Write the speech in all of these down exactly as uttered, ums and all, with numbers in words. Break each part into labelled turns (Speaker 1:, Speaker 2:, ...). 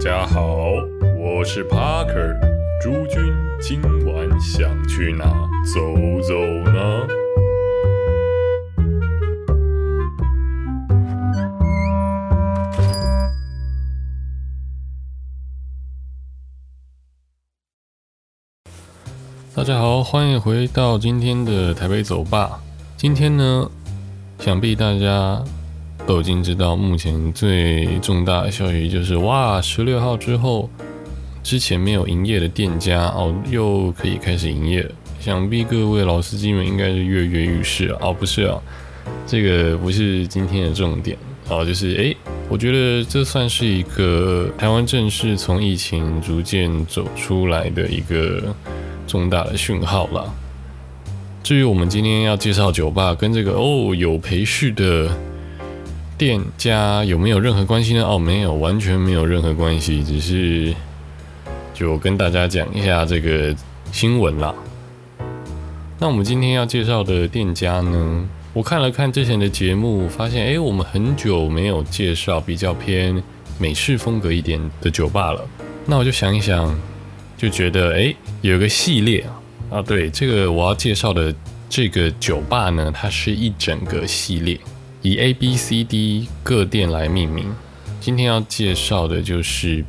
Speaker 1: 家好，我是 Parker， 诸君今晚想去哪走走呢？大家好，欢迎回到今天的台北走吧。今天呢，想必大家都已经知道，目前最重大的消息就是哇，十六号之后，之前没有营业的店家哦，又可以开始营业了。想必各位老司机们应该是跃跃欲试啊！哦，不是啊，这个不是今天的重点哦，就是诶，我觉得这算是一个台湾正式从疫情逐渐走出来的一个重大的讯号啦。至于我们今天要介绍酒吧跟这个哦有陪侍的店家有没有任何关系呢？哦，没有，完全没有任何关系，只是就跟大家讲一下这个新闻啦。那我们今天要介绍的店家呢，我看了看之前的节目，发现诶，我们很久没有介绍比较偏美式风格一点的酒吧了。那我就想一想，就觉得诶，有一个系列啊，对，这个我要介绍的这个酒吧呢，它是一整个系列。以 A、B、C、D 各店来命名，今天要介绍的就是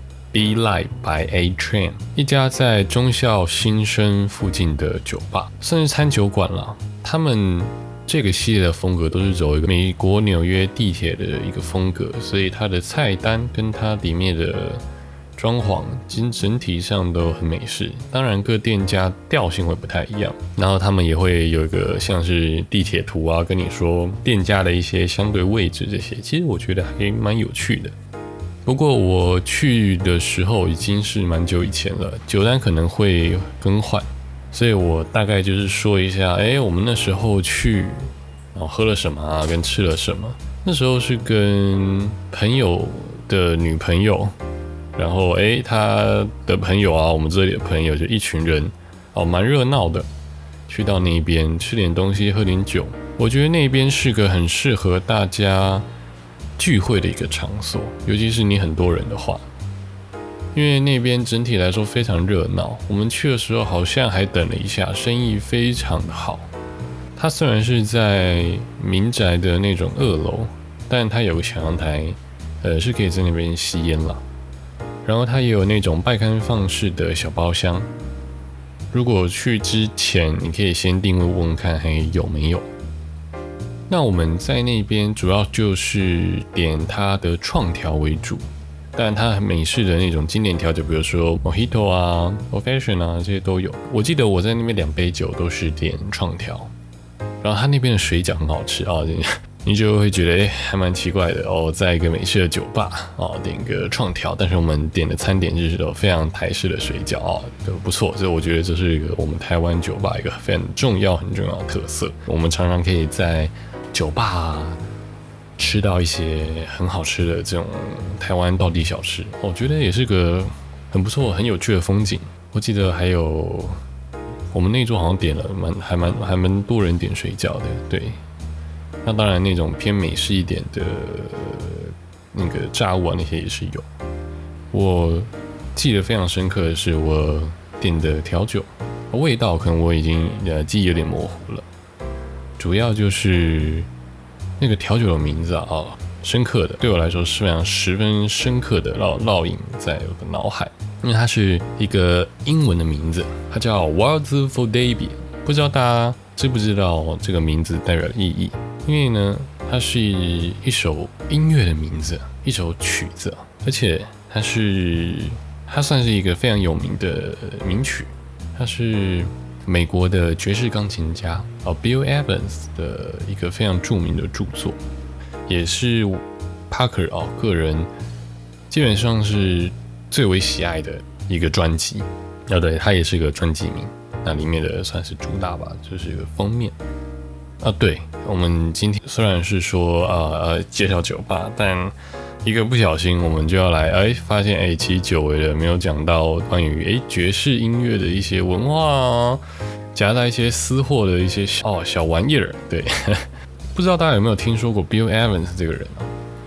Speaker 1: Be Light by A Train， 一家在忠孝新生附近的酒吧，算是餐酒馆啦。他们这个系列的风格都是走一个美国纽约地铁的一个风格，所以它的菜单跟它里面的装潢其实整体上都很美式，当然各店家调性会不太一样，然后他们也会有一个像是地铁图啊，跟你说店家的一些相对位置这些，其实我觉得还蛮有趣的。不过我去的时候已经是蛮久以前了，酒单可能会更换，所以我大概就是说一下，哎，我们那时候去，然后喝了什么啊，跟吃了什么。那时候是跟朋友的女朋友。然后诶，他的朋友啊，我们这里的朋友就一群人哦，蛮热闹的。去到那边吃点东西，喝点酒，我觉得那边是个很适合大家聚会的一个场所，尤其是你很多人的话，因为那边整体来说非常热闹。我们去的时候好像还等了一下，生意非常的好。它虽然是在民宅的那种二楼，但它有个小阳台，呃，是可以在那边吸烟啦。然后它也有那种半开放式的小包厢，如果去之前你可以先定位问问看还有没有。那我们在那边主要就是点它的创调为主，但它美式的那种经典调酒，比如说 Mojito 啊 Old Fashion 啊，这些都有。我记得我在那边两杯酒都是点创调，然后它那边的水饺很好吃啊。你就会觉得诶还蛮奇怪的哦，在一个美式的酒吧哦，点个创调，但是我们点的餐点就是都非常台式的水饺哦，都不错。所以我觉得这是一个我们台湾酒吧一个非常重要、很重要的特色。我们常常可以在酒吧吃到一些很好吃的这种台湾道地小吃，我觉得也是个很不错、很有趣的风景。我记得还有我们那一桌好像点了蛮还蛮还蛮多人点水饺的，对。那当然，那种偏美式一点的那个炸物啊，那些也是有。我记得非常深刻的是，我点的调酒味道，可能我已经呃记忆有点模糊了。主要就是那个调酒的名字啊，哦、深刻的，对我来说是非常十分深刻的烙烙印在我的脑海，因为它是一个英文的名字，它叫 Waltz for Davy。不知道大家知不知道这个名字代表的意义？因为呢，它是一首音乐的名字，一首曲子，而且它是它算是一个非常有名的名曲，它是美国的爵士钢琴家哦 Bill Evans 的一个非常著名的著作，也是 Parker 哦个人基本上是最为喜爱的一个专辑。哦，对，它也是个专辑名，那里面的算是主打吧，就是一个封面。啊，对，我们今天虽然是说呃呃介绍酒吧，但一个不小心我们就要来哎发现哎，其实久违了没有讲到关于哎爵士音乐的一些文化啊，夹带一些私货的一些哦小玩意儿。对，不知道大家有没有听说过 Bill Evans 这个人啊？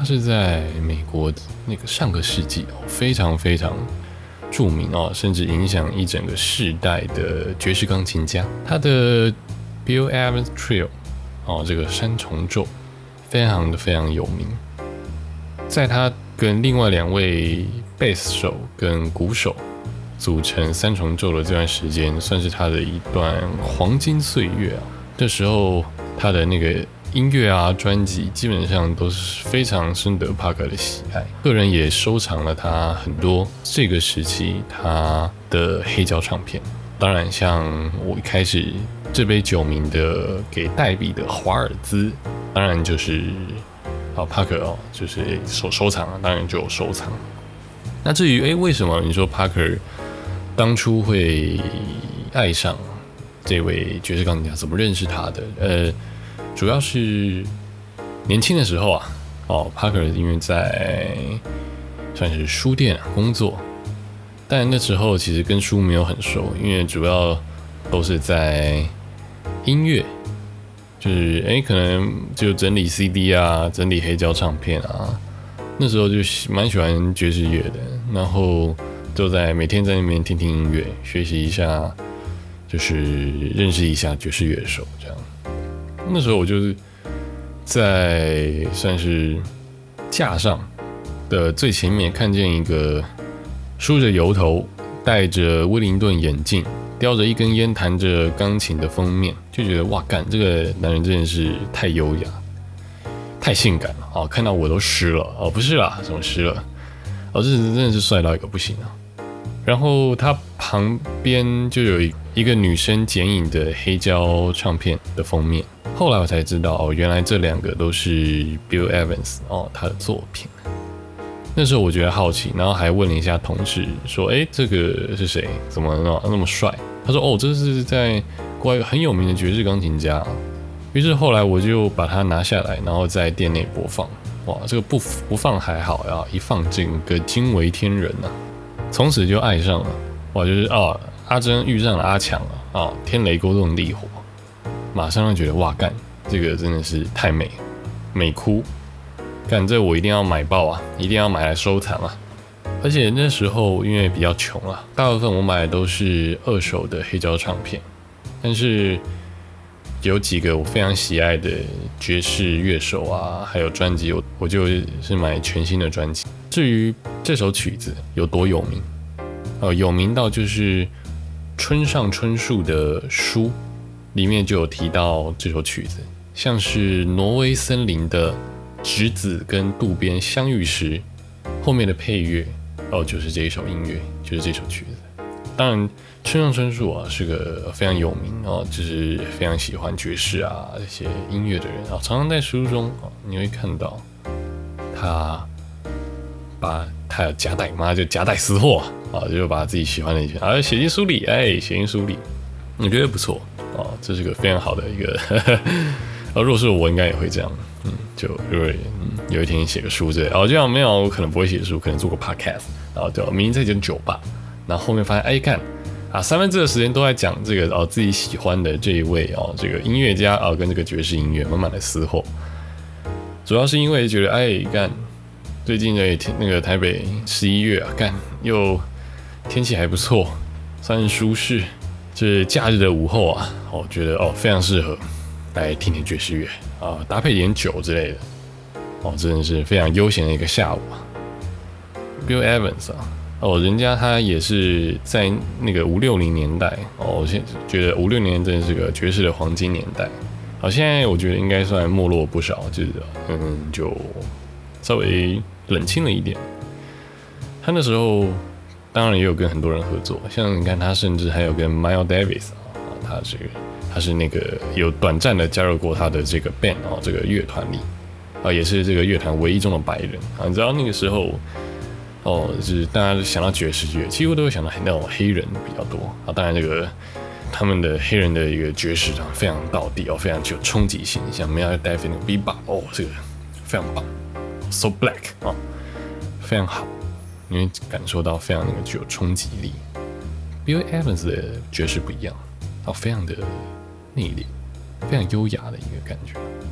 Speaker 1: 他是在美国那个上个世纪非常非常著名哦，甚至影响一整个世代的爵士钢琴家。他的 Bill Evans Trio 哦，这个三重奏非常的非常有名。在他跟另外两位贝斯手跟鼓手组成三重奏的这段时间，算是他的一段黄金岁月啊。这时候他的那个音乐啊专辑基本上都是非常深得帕克的喜爱，个人也收藏了他很多这个时期他的黑胶唱片。当然像我一开始这杯酒名的给黛比的华尔兹，当然就是好帕克哦，就是收收藏，当然就有收藏。那至于哎为什么你说帕克当初会爱上这位爵士钢琴家，怎么认识他的？呃，主要是年轻的时候啊，哦，帕克因为在算是书店啊工作，但那时候其实跟书没有很熟，因为主要都是在音乐，就是哎可能就整理 C D 啊，整理黑胶唱片啊。那时候就蛮喜欢爵士乐的，然后就在每天在那边听听音乐，学习一下，就是认识一下爵士乐手这样。那时候我就是在算是架上的最前面看见一个梳着油头、戴着威灵顿眼镜、叼着一根烟、弹着钢琴的封面，就觉得哇干，这个男人真的是太优雅、太性感了哦！看到我都湿了哦，不是啦，怎么湿了？哦，这真的是帅到一个不行啊！然后他旁边就有一个女生剪影的黑胶唱片的封面。后来我才知道哦，原来这两个都是 Bill Evans 哦他的作品。那时候我觉得好奇，然后还问了一下同事说：“哎，这个是谁？怎么那么帅？”他说：“哦，这是在国外很有名的爵士钢琴家。”于是后来我就把它拿下来，然后在店内播放。哇，这个不不放还好呀，一放整个惊为天人啊！从此就爱上了。哇，就是啊，阿珍遇上了阿强啊，啊，天雷勾动地火，马上就觉得哇干，这个真的是太美，美哭。干，这我一定要买爆啊，一定要买来收藏啊！而且那时候因为比较穷啊，大部分我买的都是二手的黑胶唱片，但是有几个我非常喜爱的爵士乐手啊，还有专辑，我我就是买全新的专辑。至于这首曲子有多有名，呃，有名到就是村上春树的书里面就有提到这首曲子，像是挪威森林的直子跟渡边相遇时，后面的配乐哦，就是这一首音乐，就是这首曲子。当然，村上春树啊是个非常有名哦，就是非常喜欢爵士啊这些音乐的人啊，常常在书中啊你会看到他把他有夹带嘛，就夹带私货啊，就把自己喜欢的一些啊写进书里，哎，写进书里，我觉得不错哦，这是个非常好的一个，呵呵啊，如果是我应该也会这样。嗯，就如果、嗯、有一天写个书之类，哦，这样没有，我可能不会写书，可能做个 podcast， 然后就明明在讲酒吧，然后后面发现，哎，看啊，三分之的时间都在讲这个哦自己喜欢的这一位哦这个音乐家啊、哦、跟这个爵士音乐满满的私货，主要是因为觉得，哎，干最近的那个台北十一月啊，干又天气还不错，算是舒适，就是假日的午后啊，我、哦、觉得哦非常适合来听听爵士乐啊，搭配点酒之类的，哦，真的是非常悠闲的一个下午啊。Bill Evans 啊，哦，人家他也是在那个五六零年代，哦，我现在觉得五六年真的是个爵士的黄金年代。好，现在我觉得应该算没落不少，就是嗯，就稍微冷清了一点。他那时候当然也有跟很多人合作，像你看他甚至还有跟 Miles Davis 啊，他这个。他是那个有短暂的加入过他的这个 band 哦，这个乐团里啊，也是这个乐团唯一中的白人啊。你知道那个时候哦，就是大家想到爵士乐，几乎都会想到那种黑人比较多啊。当然，这个他们的黑人的一个爵士啊，非常道地哦，非常具有冲击性，像 Miles Davis 那个 bebop 哦，这个非常棒 ，so black 啊，非常好，因为感受到非常那个具有冲击力。Bill Evans 的爵士不一样，哦，非常的内敛，非常优雅的一个感觉。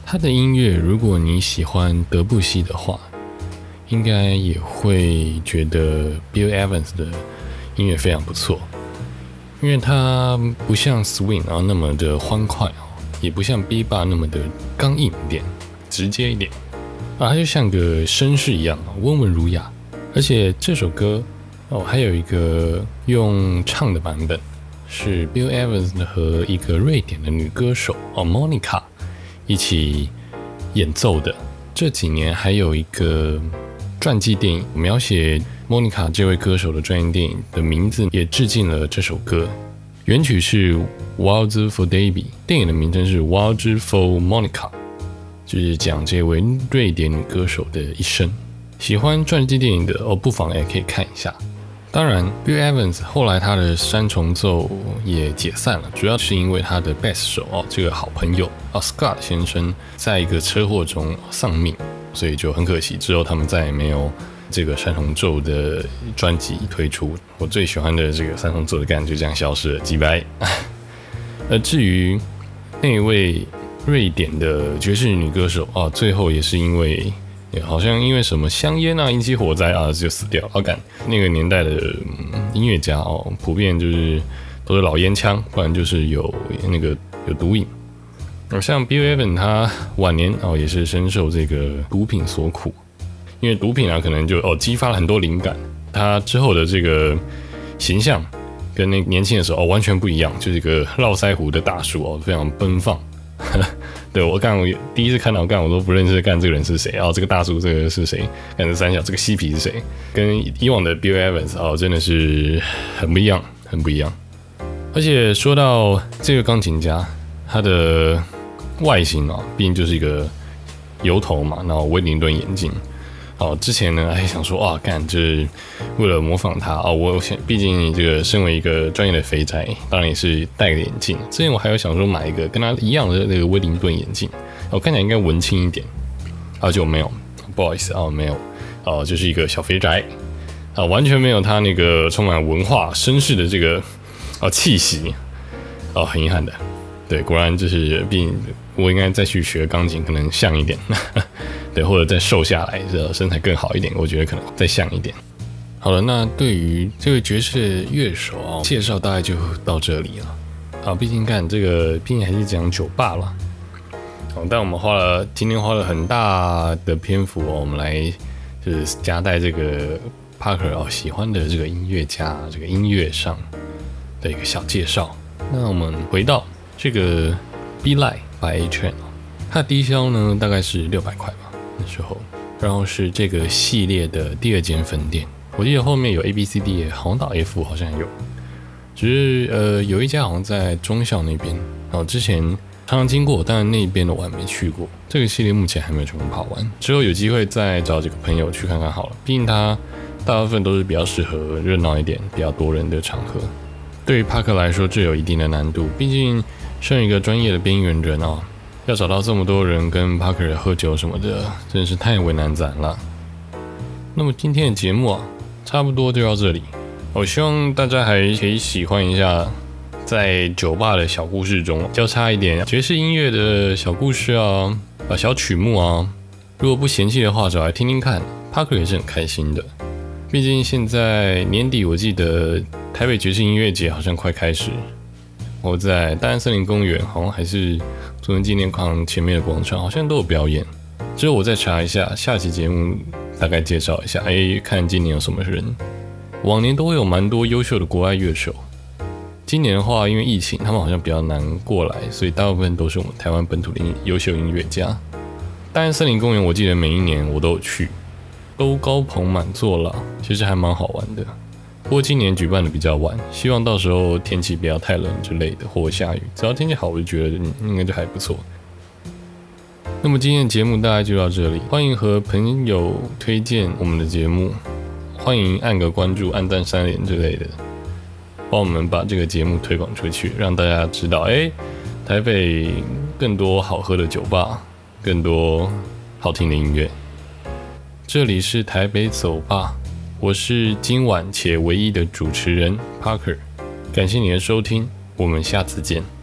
Speaker 1: 他的音乐，如果你喜欢德布西的话，应该也会觉得 Bill Evans 的音乐非常不错，因为他不像 Swing 啊那么的欢快，也不像 Bebop 那么的刚硬一点、直接一点啊，他就像个绅士一样，温文儒雅。而且这首歌哦，还有一个用唱的版本，是 Bill Evans 和一个瑞典的女歌手哦 Monica 一起演奏的。这几年还有一个传记电影描写 Monica 这位歌手的传记电影的名字也致敬了这首歌。原曲是 Waltz for Debbie， 电影的名称是 Waltz for Monica， 就是讲这位瑞典女歌手的一生。喜欢传记电影的哦，不妨也可以看一下。当然 Bill Evans 后来他的三重奏也解散了，主要是因为他的贝斯手哦，这个好朋友哦 Scott 先生在一个车祸中丧命，所以就很可惜，之后他们再也没有这个三重奏的专辑推出。我最喜欢的这个三重奏的感就这样消失了，几百。而至于那位瑞典的爵士女歌手哦，最后也是因为好像因为什么香烟啊引起火灾啊就死掉了。哦，干那个年代的、嗯、音乐家哦，普遍就是都是老烟枪，不然就是有那个有毒瘾。像 Bill Evans 他晚年哦也是深受这个毒品所苦，因为毒品啊可能就哦激发了很多灵感，他之后的这个形象跟那年轻的时候哦完全不一样，就是一个络腮胡的大叔哦，非常奔放。对，我干，我第一次看到干，我都不认识干这个人是谁哦，这个大叔这个是谁？干这三小这个嬉皮是谁？跟以往的 Bill Evans 哦，真的是很不一样，很不一样。而且说到这个钢琴家，他的外形啊，毕竟就是一个油头嘛，然后威灵顿眼镜。哦，之前呢还想说啊，干就是为了模仿他哦，我想毕竟这个身为一个专业的肥宅，当然也是戴个眼镜。之前我还有想说买一个跟他一样的那个威灵顿眼镜，我、哦、看起来应该文青一点，啊就没有，不好意思啊、哦、没有，哦就是一个小肥宅啊，完全没有他那个充满文化绅士的这个哦气息，哦很遗憾的，对，果然就是毕竟我应该再去学钢琴，可能像一点。对，或者再瘦下来，身材更好一点，我觉得可能再像一点。好了，那对于这位爵士乐手哦，介绍大概就到这里了。好，毕竟看这个，毕竟还是讲酒吧了。好，但我们花了今天花了很大的篇幅哦，我们来就是夹带这个 Parker 哦喜欢的这个音乐家，这个音乐上的一个小介绍。那我们回到这个 Be Like by A Train， 它的低消呢大概是六百块吧。时候，然后是这个系列的第二间分店，我记得后面有 A B C D， 好像到 F 好像有，只是呃有一家好像在忠孝那边，然后之前常常经过，但那边的我还没去过。这个系列目前还没有全部跑完，之后有机会再找几个朋友去看看好了。毕竟它大部分都是比较适合热闹一点、比较多人的场合。对于帕克来说，这有一定的难度，毕竟身为一个专业的边缘人哦。要找到这么多人跟 Parker 喝酒什么的，真是太为难咱了。那么今天的节目啊，差不多就到这里。我希望大家还可以喜欢一下，在酒吧的小故事中交叉一点爵士音乐的小故事啊，啊小曲目啊。如果不嫌弃的话，找来听听看 ，Parker 也是很开心的。毕竟现在年底，我记得台北爵士音乐节好像快开始。我在大安森林公园，好像还是中正纪念堂前面的广场，好像都有表演。之后我再查一下，下期节目大概介绍一下，哎，看今年有什么人。往年都会有蛮多优秀的国外乐手，今年的话，因为疫情，他们好像比较难过来，所以大部分都是我们台湾本土的优秀音乐家。大安森林公园，我记得每一年我都有去，都高棚满座了，其实还蛮好玩的。不过今年举办的比较晚，希望到时候天气不要太冷之类的，或下雨，只要天气好，我就觉得应该就还不错。那么今天的节目大概就到这里，欢迎和朋友推荐我们的节目，欢迎按个关注、按赞三连之类的，帮我们把这个节目推广出去，让大家知道，哎，台北更多好喝的酒吧，更多好听的音乐。这里是台北走吧。我是今晚且唯一的主持人 Parker， 感谢你的收听，我们下次见。